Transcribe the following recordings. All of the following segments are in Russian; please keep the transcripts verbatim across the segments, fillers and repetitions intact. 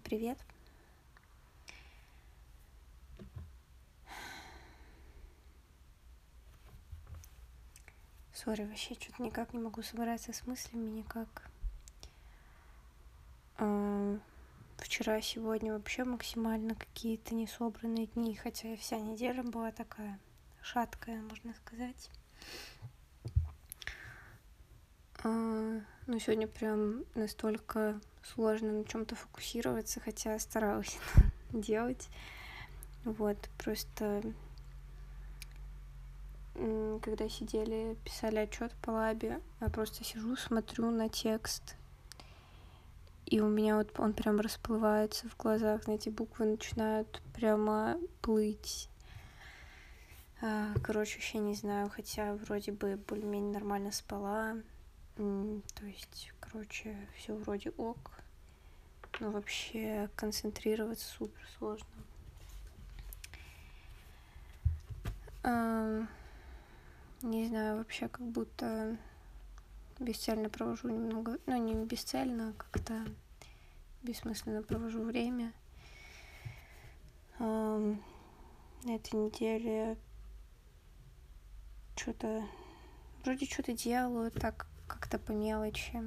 привет. Сори, вообще что-то никак не могу собраться с мыслями, никак. А, Вчера, сегодня вообще максимально какие-то несобранные дни, хотя и вся неделя была такая шаткая, можно сказать. А, Ну, сегодня прям настолько сложно на чем-то фокусироваться, хотя старалась это делать. Вот, просто когда сидели, писали отчет по лабе, я просто сижу, смотрю на текст, и у меня вот он прям расплывается в глазах, эти буквы начинают прямо плыть. Короче, вообще не знаю, хотя вроде бы более-менее нормально спала. То есть, короче, все вроде ок. Но вообще концентрироваться супер сложно. Не знаю, вообще как будто бесцельно провожу немного, ну не бесцельно, а как-то бессмысленно провожу время. На этой неделе что-то, вроде что-то делаю, так как-то по мелочи.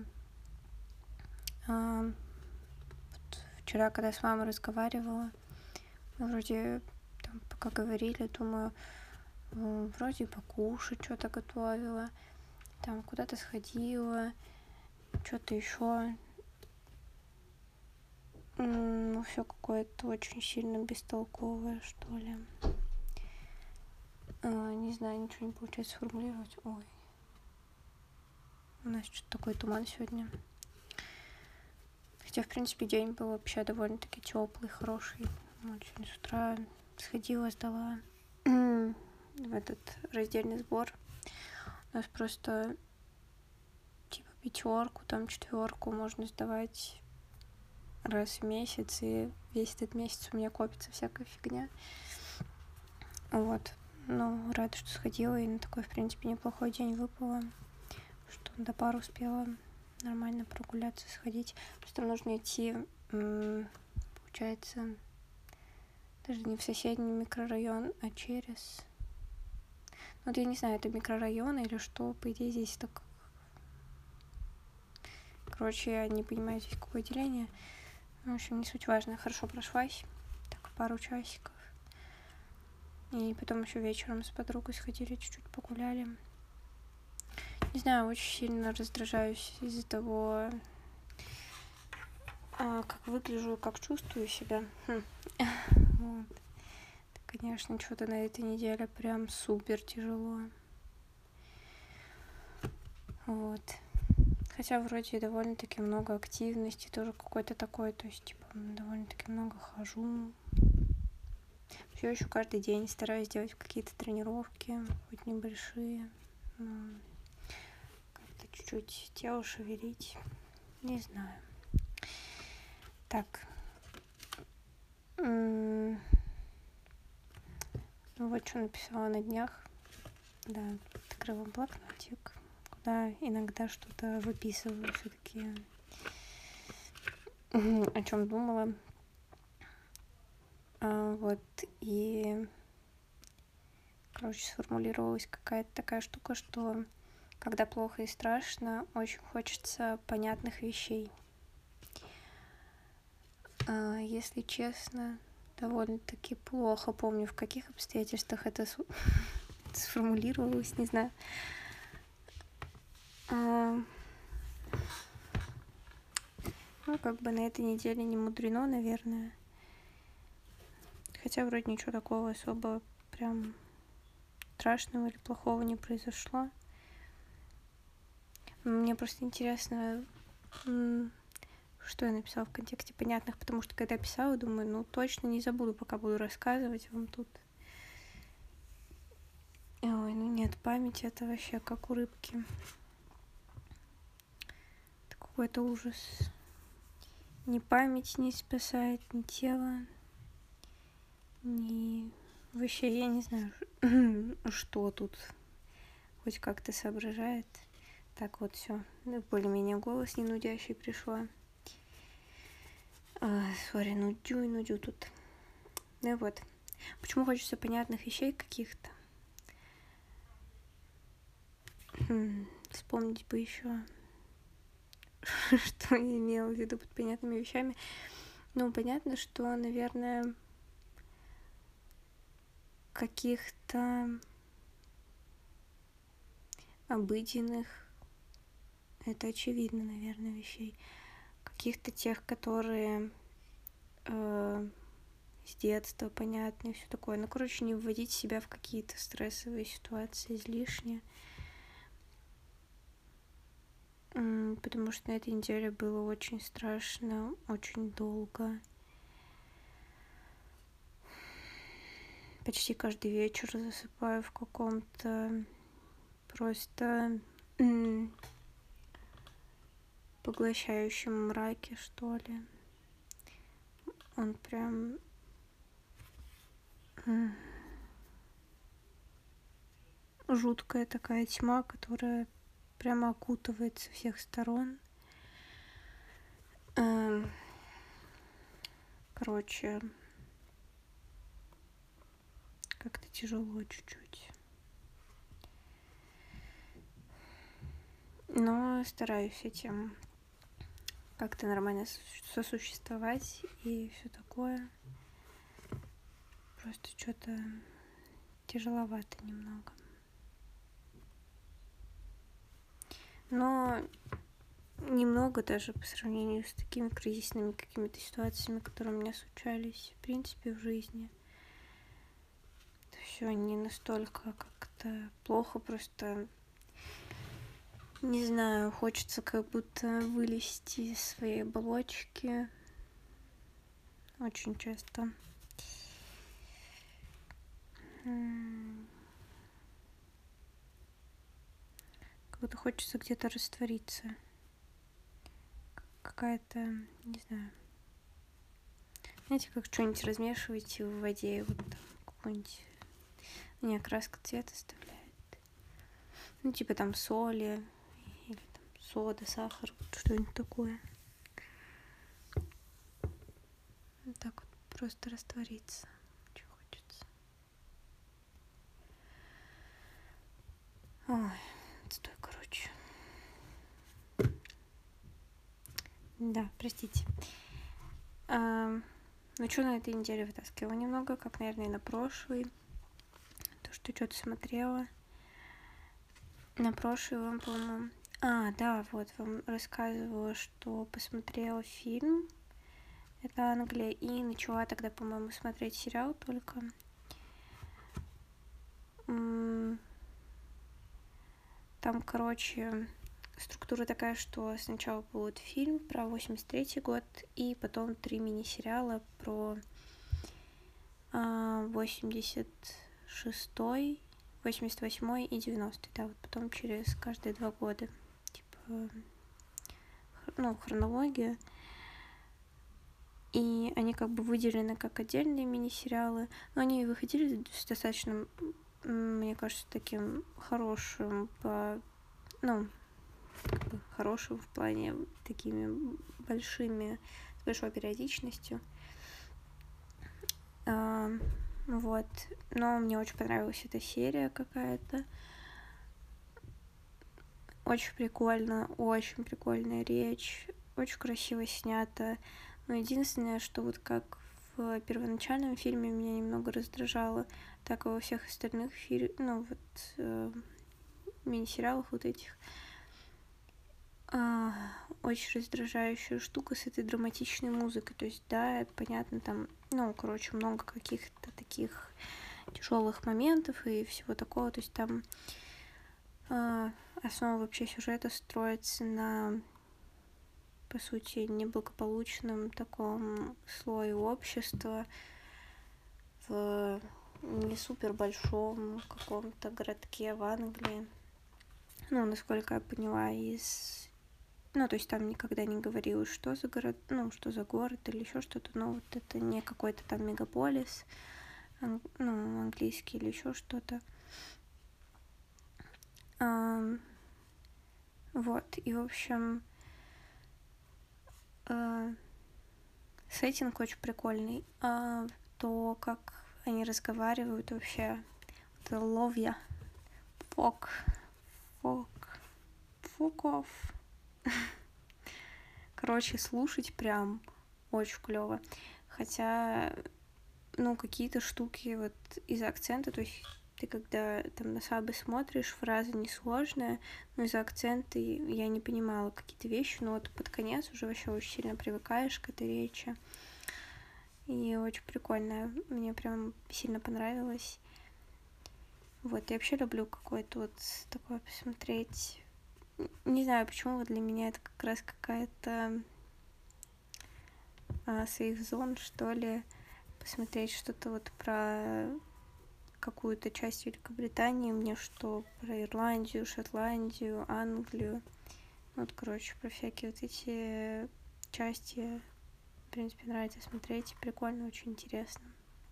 Вот вчера, когда с мамой разговаривала, вроде там пока говорили, думаю, вроде покушать что-то готовила, там куда-то сходила, что-то еще. Ну, все какое-то очень сильно бестолковое, что ли. Не знаю, ничего не получается сформулировать. Ой. У нас что-то такой туман сегодня. Хотя, в принципе, день был вообще довольно-таки теплый, хороший. Вот сегодня с утра сходила, сдала в этот раздельный сбор. У нас просто типа пятерку, там четверку можно сдавать раз в месяц, и весь этот месяц у меня копится всякая фигня. Вот. Ну, рада, что сходила, и на такой, в принципе, неплохой день выпала, что до пары успела нормально прогуляться, сходить. Просто нужно идти, получается, даже не в соседний микрорайон, а через... Вот я не знаю, это микрорайон или что, по идее здесь так... Короче, я не понимаю здесь какое деление. В общем, не суть важно. Хорошо прошлась, так, пару часиков. И потом еще вечером с подругой сходили, чуть-чуть погуляли. Не знаю, очень сильно раздражаюсь из-за того, как выгляжу, как чувствую себя. Хм. Вот. Конечно, что-то на этой неделе прям супер тяжело. Вот. Хотя вроде довольно-таки много активности, тоже какой-то такой, то есть, типа, довольно-таки много хожу. Все еще каждый день стараюсь делать какие-то тренировки, хоть небольшие, но как-то чуть-чуть тело шевелить. Не знаю. Так. Ну вот что написала на днях. Да, открыла блокнотик, куда иногда что-то выписываю все-таки, о чем думала. А, вот, и, короче, сформулировалась какая-то такая штука, что когда плохо и страшно, очень хочется понятных вещей. А, если честно, довольно-таки плохо помню, в каких обстоятельствах это сформулировалось, не знаю. А, ну, как бы на этой неделе не мудрено, наверное. Хотя вроде ничего такого особо прям страшного или плохого не произошло. Мне просто интересно, что я написала в контексте понятных, потому что когда я писала, думаю, ну точно не забуду, пока буду рассказывать вам тут. Ой, ну нет, память это вообще как у рыбки. Это какой-то ужас. Ни память не спасает, ни тело, ни... Вообще, я не знаю, что тут хоть как-то соображает. Так вот, все. Более-менее голос не нудящий пришла. Ой. Сори, нудю и нудю тут. Ну и вот. Почему хочется понятных вещей каких-то? Хм, вспомнить бы еще, что я имела в виду под понятными вещами. Ну, понятно, что, наверное, каких-то обыденных, это очевидно, наверное, вещей. Каких-то тех, которые э, с детства понятны и все такое. Ну, короче, не вводить себя в какие-то стрессовые ситуации излишне. Потому что на этой неделе было очень страшно, очень долго. Почти каждый вечер засыпаю в каком-то просто м- поглощающем мраке, что ли. Он прям... м- жуткая такая тьма, которая прямо окутывает со всех сторон. Эм, Короче, как-то тяжело чуть-чуть. Но стараюсь с этим как-то нормально сосуществовать и все такое. Просто что-то тяжеловато немного. Но немного даже по сравнению с такими кризисными какими-то ситуациями, которые у меня случались, в принципе, в жизни. Все не настолько как-то плохо, просто не знаю, хочется как будто вылезти из своей оболочки очень часто. Как будто хочется где-то раствориться. Какая-то, не знаю. Знаете, как что-нибудь размешиваете в воде, и вот там какую-нибудь... Не, окраска цвета оставляет. Ну, типа там соли, или там сода, сахар, вот что-нибудь такое. Вот так вот просто раствориться. Очень хочется. Ой, отстой, короче. Да, простите. А, ну, что на этой неделе вытаскивала немного, как, наверное, и на прошлой. То, что что-то смотрела. На прошлой вам, по-моему... А, да, вот, вам рассказывала, что посмотрела фильм. Это Англия. И начала тогда, по-моему, смотреть сериал только. Там, короче, структура такая, что сначала будет фильм про восемьдесят третий год, и потом три мини-сериала про восемьдесят шестой, восемьдесят восьмой и девяностый, да, вот потом через каждые два года, типа, ну, хронология. И они как бы выделены как отдельные мини-сериалы, но они выходили с достаточно, мне кажется, таким хорошим, по, ну, как бы хорошим в плане такими большими, с большой периодичностью. А, вот. Но мне очень понравилась эта серия какая-то. Очень прикольно, очень прикольная речь, очень красиво снято. Но единственное, что вот как в первоначальном фильме меня немного раздражало, так и во всех остальных фильмах, ну вот э, мини-сериалах вот этих, э, очень раздражающая штука с этой драматичной музыкой. То есть, да, понятно, там, ну, короче, много каких-то таких тяжелых моментов и всего такого. То есть там э, основа вообще сюжета строится на, по сути, неблагополучном таком слое общества в не супер большом каком-то городке в Англии. Ну, насколько я поняла из... Ну, то есть там никогда не говорилось, что за город, ну, что за город или еще что-то, но вот это не какой-то там мегаполис, ан... ну, английский или еще что-то. А... Вот, и, в общем, а... сеттинг очень прикольный, а то, как они разговаривают вообще, это love ya, fuck, fuck, fuck off. Короче, слушать прям очень клево. Хотя, ну, какие-то штуки вот из-за акцента, то есть ты когда там на сабы смотришь, фраза несложная, но из-за акцента я не понимала какие-то вещи, но вот под конец уже вообще очень сильно привыкаешь к этой речи. И очень прикольно, мне прям сильно понравилось. Вот, я вообще люблю какое-то вот такое посмотреть. Не знаю, почему вот для меня это как раз какая-то а, сейф-зон, что ли, посмотреть что-то вот про какую-то часть Великобритании, мне что про Ирландию, Шотландию, Англию. Вот, короче, про всякие вот эти части, в принципе, нравится смотреть. Прикольно, очень интересно.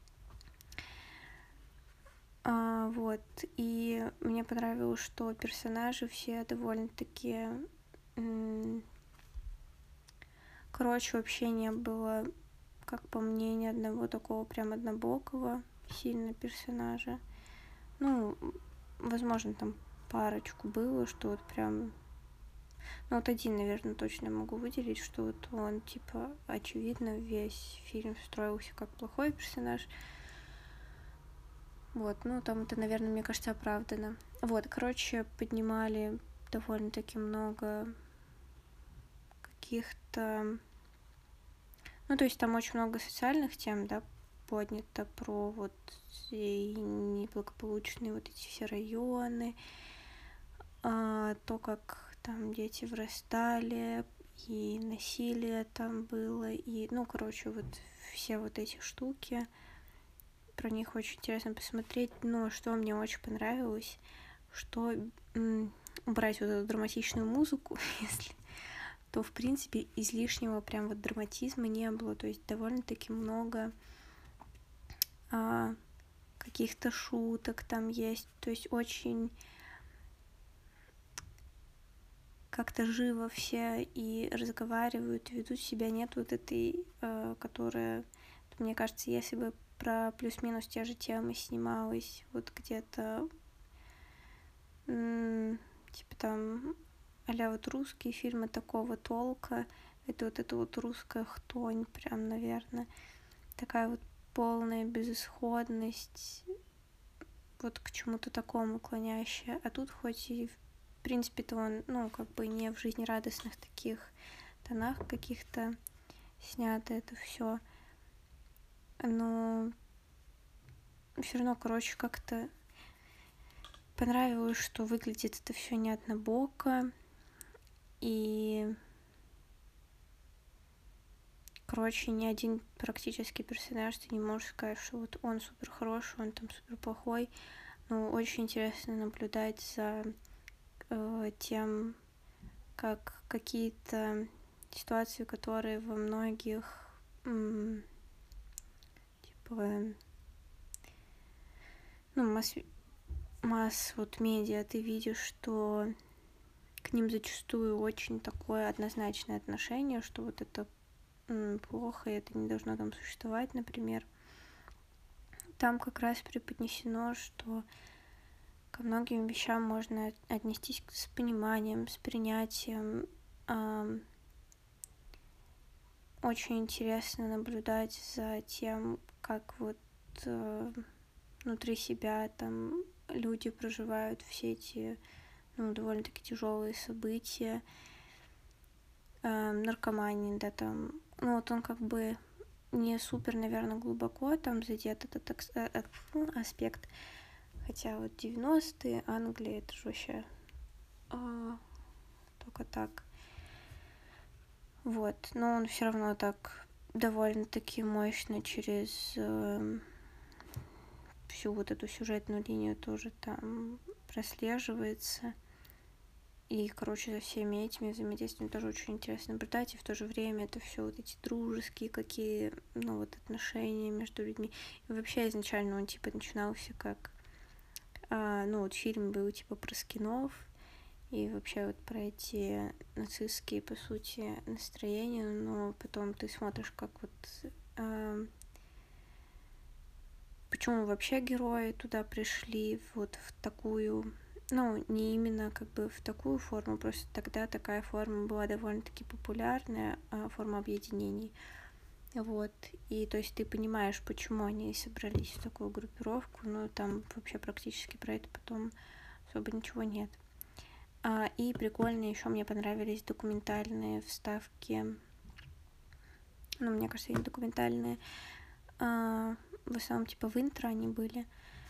А, вот, и мне понравилось, что персонажи все довольно-таки... М- короче, вообще не было, как по мне, ни одного такого прям однобокого сильно персонажа. Ну, возможно, там парочку было, что вот прям... Ну, вот один, наверное, точно могу выделить, что вот он, типа, очевидно, весь фильм строился как плохой персонаж. Вот, ну, там это, наверное, мне кажется, оправдано. Вот, короче, поднимали довольно-таки много каких-то... Ну, то есть там очень много социальных тем, да, поднято про вот и неблагополучные вот эти все районы, а, то, как там дети вырастали, и насилие там было, и, ну, короче, вот все вот эти штуки, про них очень интересно посмотреть, но что мне очень понравилось, что м- убрать вот эту драматичную музыку, если то, в принципе, излишнего прям вот драматизма не было, то есть довольно-таки много а, каких-то шуток там есть, то есть очень как-то живо все и разговаривают, ведут себя, нет вот этой, э, которая, мне кажется, если бы про плюс-минус те же темы снималась вот где-то, м- типа там а-ля вот русские фильмы такого толка, это вот эта вот русская хтонь прям, наверное, такая вот полная безысходность, вот к чему-то такому клонящая, а тут хоть и в принципе-то он, ну, как бы не в жизнерадостных таких тонах каких-то снято это все, но все равно, короче, как-то понравилось, что выглядит это все не однобоко, и, короче, ни один практически персонаж ты не можешь сказать, что вот он супер хороший, он там супер плохой, но очень интересно наблюдать за э, тем, как какие-то ситуации, которые во многих м, типа ну, масс, масс вот медиа, ты видишь, что к ним зачастую очень такое однозначное отношение, что вот это м, плохо, и это не должно там существовать, например. Там как раз преподнесено, что ко многим вещам можно отнестись с пониманием, с принятием. Эм, очень интересно наблюдать за тем, как вот э, внутри себя там люди проживают все эти, ну, довольно-таки тяжелые события, э, наркомании, да, там, ну, вот он как бы не супер, наверное, глубоко там задет этот э, ну, аспект, хотя вот девяностые, Англия, это же вообще э, только так. Вот, но он все равно так довольно-таки мощно через э, всю вот эту сюжетную линию тоже там прослеживается. И, короче, за всеми этими взаимодействиями тоже очень интересно наблюдать, и в то же время это все вот эти дружеские какие, ну, вот отношения между людьми. И вообще изначально он, типа, начинался как, а, ну, вот фильм был, типа, про скинов, и вообще вот про эти нацистские, по сути, настроения, но потом ты смотришь, как вот э, почему вообще герои туда пришли вот в такую, ну, не именно как бы в такую форму, просто тогда такая форма была довольно-таки популярная, форма объединений. Вот, и то есть ты понимаешь, почему они собрались в такую группировку, но там вообще практически про это потом особо ничего нет. А, и прикольно еще мне понравились документальные вставки, ну, мне кажется, они документальные, а, в основном типа в интро они были.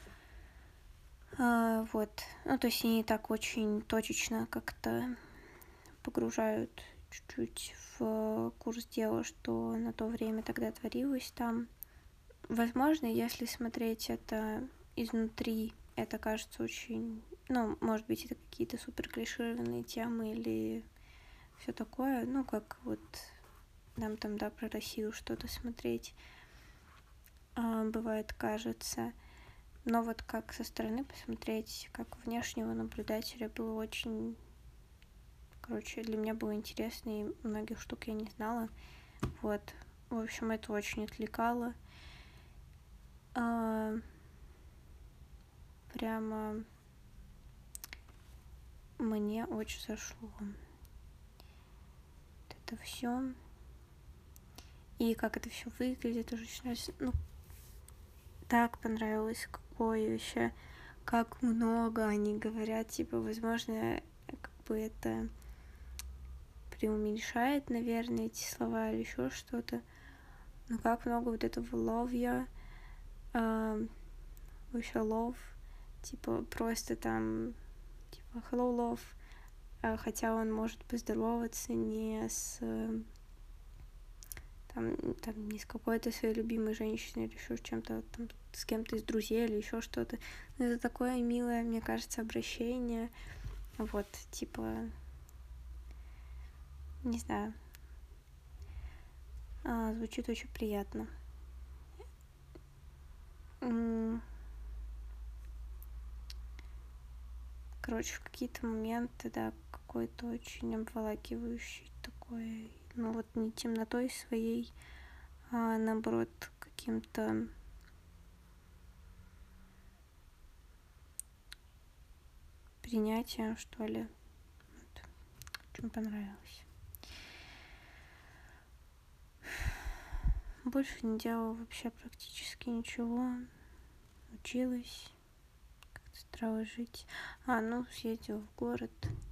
А, вот, ну, то есть они так очень точечно как-то погружают чуть-чуть в курс дела, что на то время тогда творилось там. Возможно, если смотреть это изнутри, это кажется очень, ну, может быть, это какие-то супер клишированные темы или все такое, ну, как вот нам там, да, про Россию что-то смотреть, а, бывает, кажется. Но вот как со стороны посмотреть, как внешнего наблюдателя, было очень, короче, для меня было интересно, и многих штук я не знала. Вот, в общем, это очень отвлекало. А, прямо мне очень зашло вот это все. И как это все выглядит, уже очень, ну, так понравилось, какое вообще, как много они говорят, типа, возможно, как бы это преуменьшает, наверное, эти слова или еще что-то. Но как много вот этого love, э, вообще love, типа, просто там, типа, hello love, э, хотя он может поздороваться не с там, там не с какой-то своей любимой женщиной или еще чем-то, там, с кем-то из друзей или еще что-то. Но это такое милое, мне кажется, обращение. Вот, типа, не знаю, а, звучит очень приятно. Короче, в какие-то моменты, да, какой-то очень обволакивающий такой, ну вот не темнотой своей, а наоборот каким-то принятием, что ли. Вот. Очень понравилось. Больше не делала вообще практически ничего. Училась, как-то старалась жить. А, ну, съездила в город.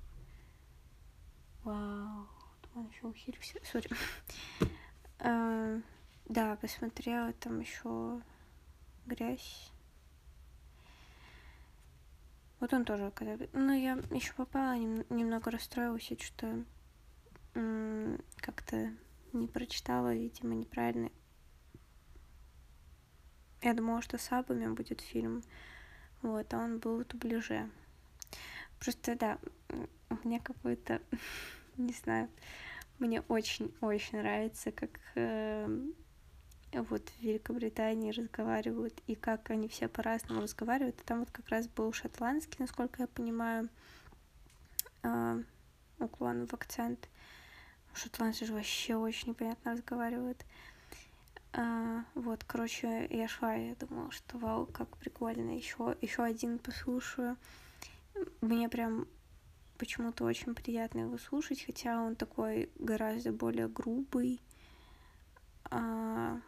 Вау, он еще ухилился. Сори. а, да, посмотрела там еще грязь. Вот он тоже, когда... Ну, я еще попала, нем... немного расстроилась, я что-то м- как-то не прочитала, видимо, неправильно. Я думала, что с Абами будет фильм, вот, а он был в дубляже. Просто, да, у меня какой-то, не знаю, мне очень-очень нравится, как э, вот в Великобритании разговаривают, и как они все по-разному разговаривают. И там вот как раз был шотландский, насколько я понимаю, э, уклон в акцент. Шотландцы же вообще очень непонятно разговаривают. А, вот, короче, я шла, я думала, что вау, как прикольно, еще, еще один послушаю. Мне прям почему-то очень приятно его слушать, хотя он такой гораздо более грубый, а,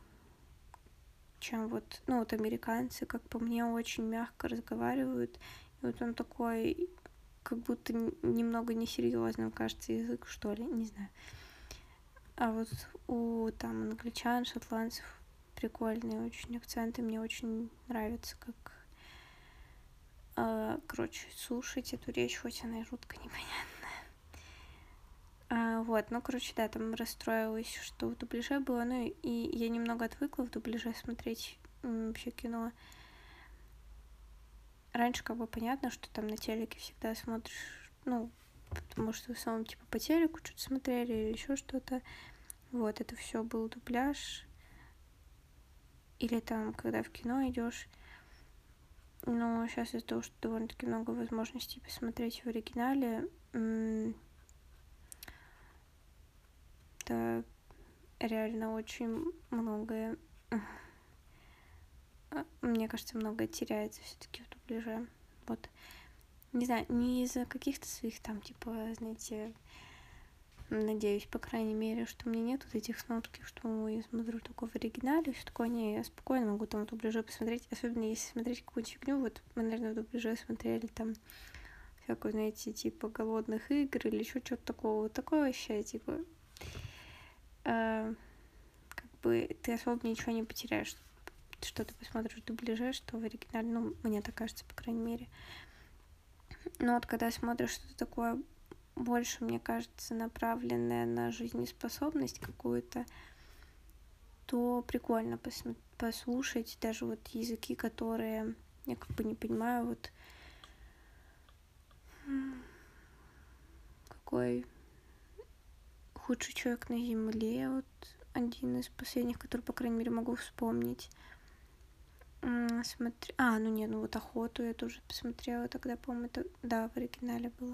чем вот, ну, вот американцы, как по мне, очень мягко разговаривают. И вот он такой, как будто немного несерьезным, кажется, язык, что ли, не знаю. А вот у там англичан, шотландцев прикольные очень акценты, мне очень нравится, как, э, короче, слушать эту речь, хоть она и жутко непонятная. А, вот, ну, короче, да, там расстроилась, что в дубляже было, ну, и я немного отвыкла в дубляже смотреть вообще кино. Раньше как бы понятно, что там на телеке всегда смотришь, ну, потому что в основном типа по телеку что-то смотрели или еще что-то. Вот, это все был дубляж. Или там, когда в кино идешь. Но сейчас из-за того, что довольно-таки много возможностей посмотреть в оригинале, это реально очень многое, мне кажется, многое теряется все-таки в дубляже. Вот. Не знаю, не из-за каких-то своих там, типа, знаете, надеюсь, по крайней мере, что у меня нет вот этих снобских, что я смотрю только в оригинале, все такое, не, я спокойно могу там в дубляже посмотреть, особенно если смотреть какую-нибудь фигню, вот мы, наверное, в дубляже смотрели там всякую, знаете, типа голодных игр или еще что-то такого, вот такое вообще, типа, э, как бы ты особо ничего не потеряешь, что ты посмотришь в дубляже, что в оригинале, ну, мне так кажется, по крайней мере. Но вот когда смотришь что-то такое больше, мне кажется, направленное на жизнеспособность какую-то, то прикольно пос- послушать даже вот языки, которые я как бы не понимаю, вот какой худший человек на земле, вот один из последних, который, по крайней мере, могу вспомнить. Смотри... А, ну нет, ну вот охоту я тоже посмотрела тогда, по-моему, это, да, в оригинале было.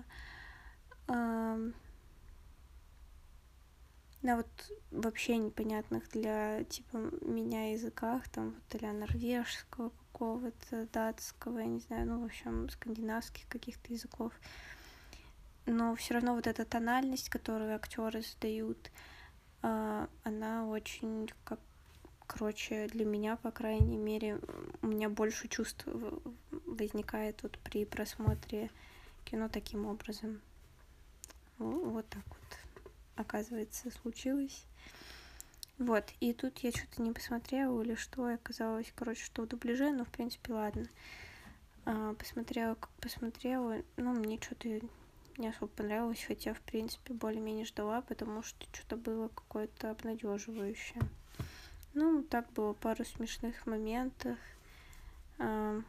На вот вообще непонятных для типа меня языках, там вот а-ля норвежского какого-то, датского, я не знаю, ну, в общем, скандинавских каких-то языков. Но все равно вот эта тональность, которую актеры задают, она очень, как, короче, для меня, по крайней мере, у меня больше чувств возникает вот при просмотре кино таким образом. Вот так вот, оказывается, случилось. Вот, и тут я что-то не посмотрела или что, и оказалось, короче, что в дубляже, но, в принципе, ладно. А, посмотрела, как посмотрела, ну, мне что-то не особо понравилось, хотя, в принципе, более-менее ждала, потому что что-то было какое-то обнадеживающее. Ну, так было пару смешных моментов. А,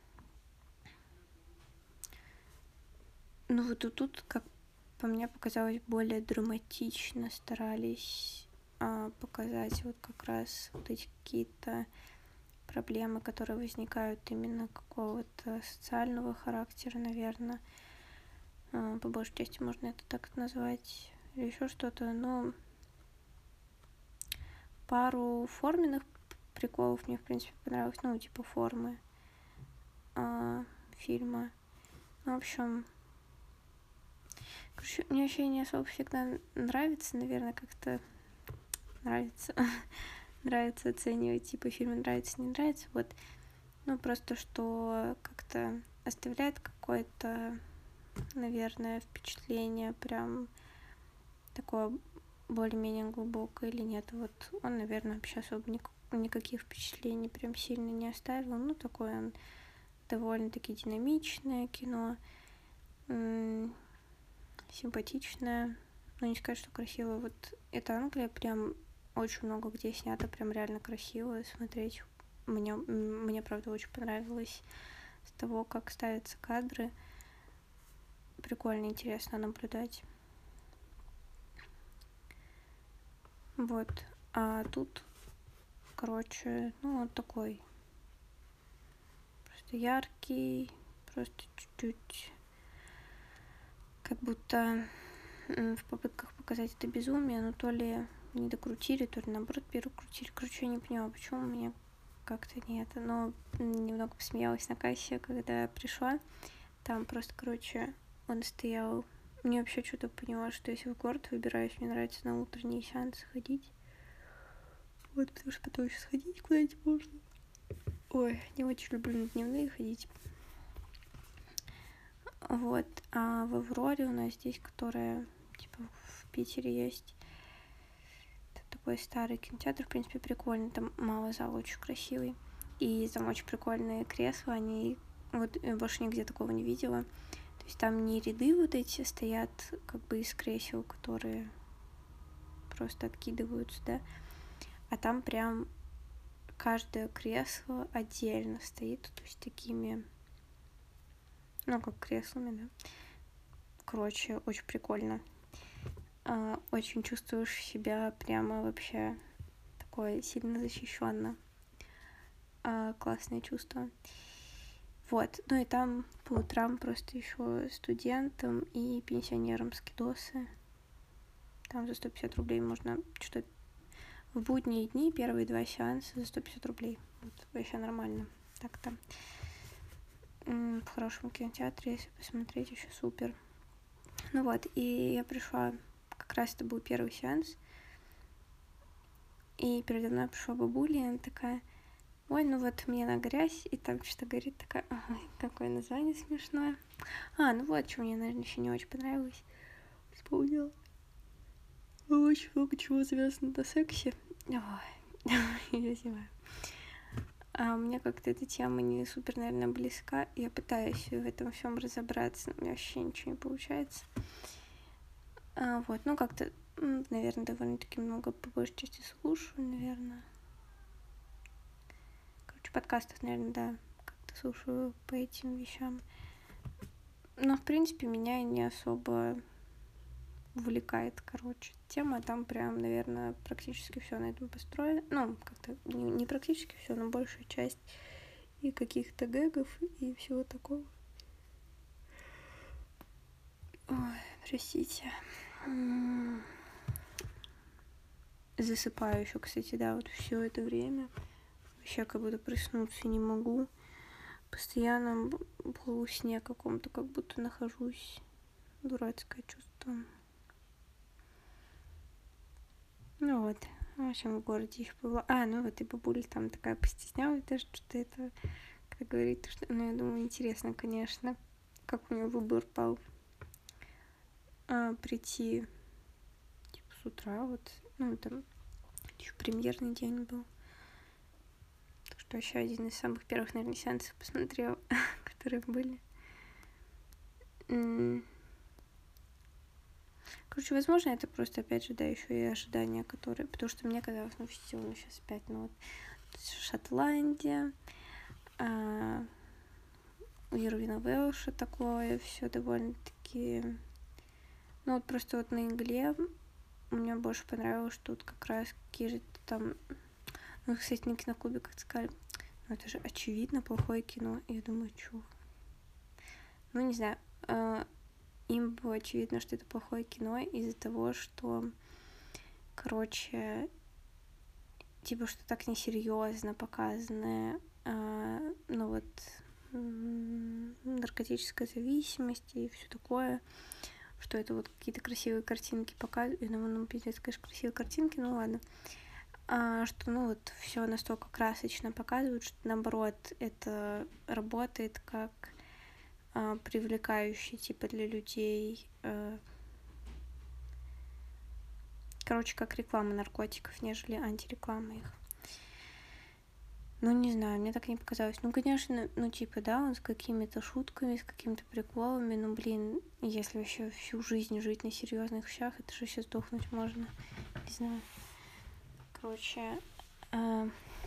ну, вот тут, как по мне показалось, более драматично старались а, показать вот как раз вот эти какие-то проблемы, которые возникают именно какого-то социального характера, наверное. По большей части можно это так назвать. Или еще что-то. Но пару форменных приколов мне, в принципе, понравилось. Ну, типа формы а, фильма. Ну, в общем... Короче, мне вообще не особо всегда нравится, наверное, как-то нравится. Нравится оценивать, типа, фильмы нравится, не нравится. Вот. Ну, просто что как-то оставляет какое-то, наверное, впечатление прям такое более-менее глубокое или нет. Вот он, наверное, вообще особо ник- никаких впечатлений прям сильно не оставил. Ну, такое он довольно-таки динамичное кино, м- симпатичное. Ну, не сказать, что красиво. Вот это Англия прям очень много где снято, прям реально красиво смотреть. Мне, мне правда, очень понравилось с того, как ставятся кадры. Прикольно, интересно наблюдать. Вот. А тут, короче, ну, вот такой просто яркий, просто чуть-чуть как будто в попытках показать это безумие, но то ли не докрутили, то ли наоборот перекрутили. Короче, я не поняла, почему у меня как-то не это, но немного посмеялась на кассе, когда я пришла. Там просто, короче, он стоял. Мне вообще что-то поняла, что если в город выбираюсь, мне нравится на утренние сеансы ходить. Вот, потому что потом еще сходить куда-нибудь можно. Ой, не очень люблю на дневные ходить. Вот, а в Авроре у нас здесь, которая, типа, в Питере есть, это такой старый кинотеатр, в принципе, прикольный, там мало зала, очень красивый. И там очень прикольные кресла, они, вот, я больше нигде такого не видела. То есть там не ряды вот эти стоят, как бы из кресел, которые просто откидываются, да, а там прям каждое кресло отдельно стоит, то есть такими, ну, как креслами, да. Короче, очень прикольно. Очень чувствуешь себя прямо вообще такое сильно защищенно. Классное чувство. Вот, ну и там по утрам просто еще студентам и пенсионерам скидосы. Там за сто пятьдесят рублей можно что-то в будние дни, первые два сеанса за сто пятьдесят рублей. Вот, вообще нормально. Так-то в хорошем кинотеатре, если посмотреть, еще супер. Ну вот, и я пришла, как раз это был первый сеанс, и передо мной пришла бабуля, и она такая: ой, ну вот мне на грязь, и там что-то говорит, такая: ой, какое название смешное. А, ну вот, что мне, наверное, еще не очень понравилось. Вспомнила. Очень много чего завязано на сексе. Ой, я зеваю. А мне как-то эта тема не супер, наверное, близка. Я пытаюсь в этом всем разобраться, но у меня вообще ничего не получается. А, вот, ну как-то, наверное, довольно-таки много по большей части слушаю, наверное. Короче, подкастов, наверное, да, как-то слушаю по этим вещам. Но, в принципе, меня не особо увлекает, короче, тема. Там прям, наверное, практически все на этом построено. Ну, как-то не, не практически все, но большая часть и каких-то гэгов и всего такого. Ой, простите. Засыпаю еще, кстати, да, вот все это время. Вообще как будто проснуться не могу. Постоянно в полусне каком-то, как будто нахожусь. Дурацкое чувство. Ну вот, в общем, в городе еще была. А, ну вот и бабуля там такая постеснялась даже что-то это, как говорит, что, ну, я думаю, интересно, конечно, как у нее выбор пал. А, прийти, типа, с утра, вот, ну, там, еще премьерный день был. Так что еще один из самых первых, наверное, сеансов посмотрела, которые были. Короче, возможно, это просто, опять же, да, еще и ожидания, которые... Потому что мне казалось, ну, все, ну, сейчас опять, ну, вот, Шотландия, а, у Ирвина Велша такое, все довольно-таки... Ну, вот просто вот на игле мне больше понравилось, что тут как раз какие-то там... Ну, кстати, на киноклубе как-то сказали, ну, это же очевидно плохое кино. И я думаю, чё? Ну, не знаю, им было очевидно, что это плохое кино из-за того, что, короче, типа, что так несерьезно показанное, а, ну вот, наркотическая зависимость и все такое, что это вот какие-то красивые картинки показывают. Я думаю, ну, пиздец, конечно, красивые картинки, ну ладно. А, что, ну, вот, все настолько красочно показывают, что, наоборот, это работает как привлекающий, типа, для людей, э, короче, как реклама наркотиков, нежели антиреклама их. Ну, не знаю, мне так не показалось. Ну, конечно, ну, типа, да, он с какими-то шутками, с какими-то приколами, ну, блин, если вообще всю жизнь жить на серьезных вещах, это же сейчас сдохнуть можно, не знаю. Короче, э,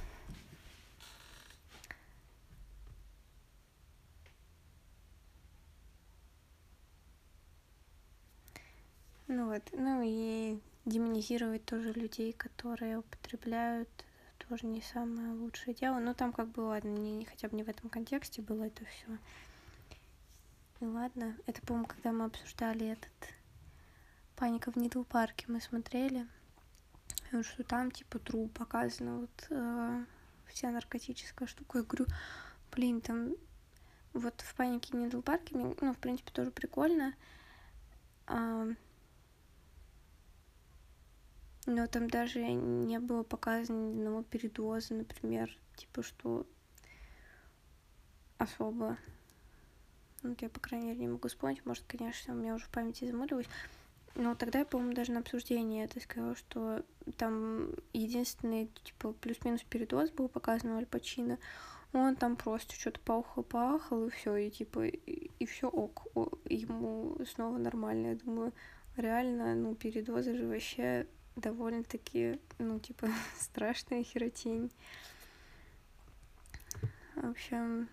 ну вот, ну и демонизировать тоже людей, которые употребляют, тоже не самое лучшее дело. Но там как бы ладно, не, не хотя бы не в этом контексте было это все. И ладно. Это, по-моему, когда мы обсуждали этот «Паника в Нидл Парке», мы смотрели, что там типа тру показана вот э, вся наркотическая штука. Я говорю, блин, там вот в «Панике в Нидл Парке», ну, в принципе, тоже прикольно. А, но там даже не было показано ни одного передоза, например, типа, что особо. Ну, я, по крайней мере, не могу вспомнить. Может, конечно, у меня уже в памяти замылилось. Но тогда я, по-моему, даже на обсуждении это сказала, что там единственный, типа, плюс-минус передоз был показан у Аль Пачино. Он там просто что-то поухал-поахал, и все, и типа, и, и все ок. О, ему снова нормально. Я думаю, реально, ну, передозы же вообще довольно-таки, ну, типа, страшная херотень. В общем,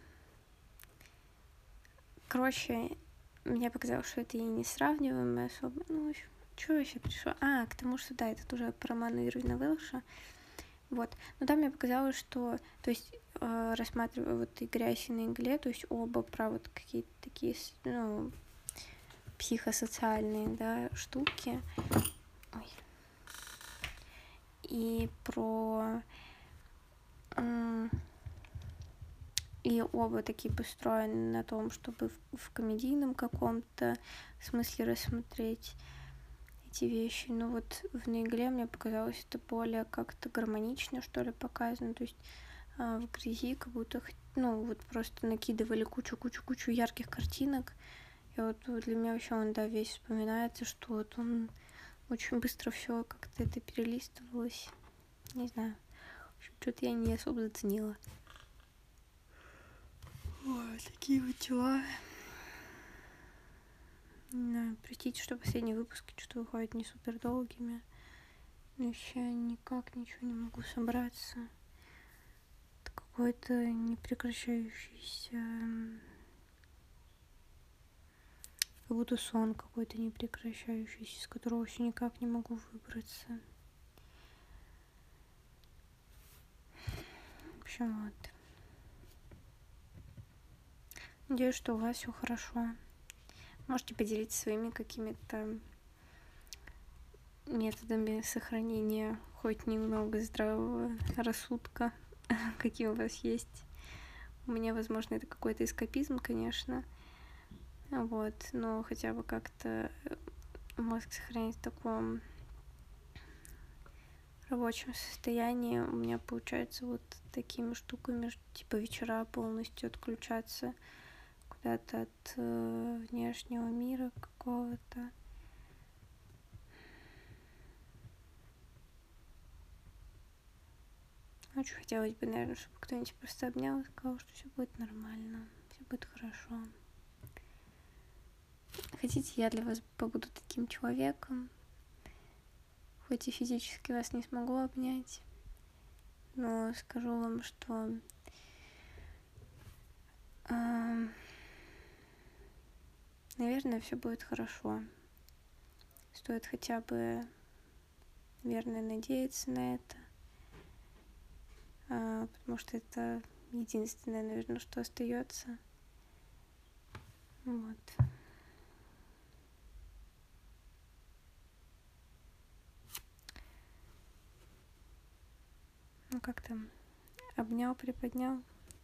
короче, мне показалось, что это и не сравниваемо особо. Ну, в общем, что вообще пришло? А, к тому, что да, это тоже по роману Ирвина Велша. Вот. Но там мне показалось, что, то есть, э, рассматривая вот и грязь, и на игле, то есть оба про вот какие-то такие, ну, психосоциальные, да, штуки. Ой. И про... И оба такие построены на том, чтобы в, в комедийном каком-то смысле рассмотреть эти вещи. Но вот в «На игле» мне показалось это более как-то гармонично, что ли, показано. То есть а, в «Грязи» как будто, ну, вот просто накидывали кучу-кучу-кучу ярких картинок. И вот для меня вообще он, да, весь вспоминается, что вот он очень быстро все как-то это перелистывалось. Не знаю. В общем, что-то я не особо заценила. Ой, такие вот дела. Да, простите, что последние выпуски что-то выходят не супер долгими. Но еще никак ничего не могу собраться. Это какой-то непрекращающийся... Как будто сон какой-то непрекращающийся, из которого все никак не могу выбраться. В общем, вот. Надеюсь, что у вас все хорошо. Можете поделиться своими какими-то методами сохранения хоть немного здравого рассудка, какие у вас есть. У меня, возможно, это какой-то эскапизм, конечно. Вот, но хотя бы как-то мозг сохранить в таком рабочем состоянии. У меня получается вот такими штуками, типа вечера полностью отключаться куда-то от э, внешнего мира какого-то. Очень хотелось бы, наверное, чтобы кто-нибудь просто обнял и сказал, что все будет нормально, все будет хорошо. Хотите, я для вас побуду таким человеком, хоть и физически вас не смогу обнять, но скажу вам, что э, наверное, все будет хорошо. Стоит хотя бы, наверное, надеяться на это, э, потому что это единственное, наверное, что остается. Вот. Ну как там? Обнял, приподнял.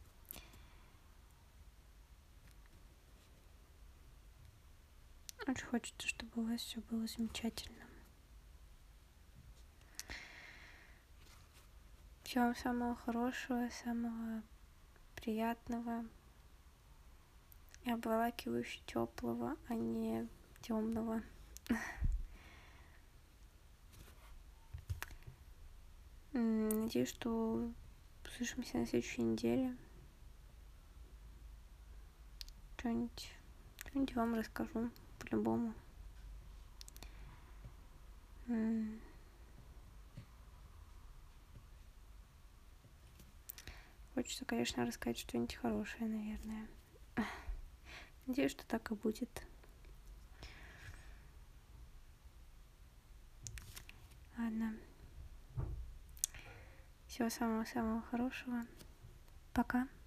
Очень хочется, чтобы у вас все было замечательно. Всего самого хорошего, самого приятного и обволакивающе теплого, а не темного. Надеюсь, что услышимся на следующей неделе. Что-нибудь, что-нибудь вам расскажу по-любому. Хочется, конечно, рассказать что-нибудь хорошее, наверное. Надеюсь, что так и будет. Ладно. Всего самого-самого хорошего. Пока.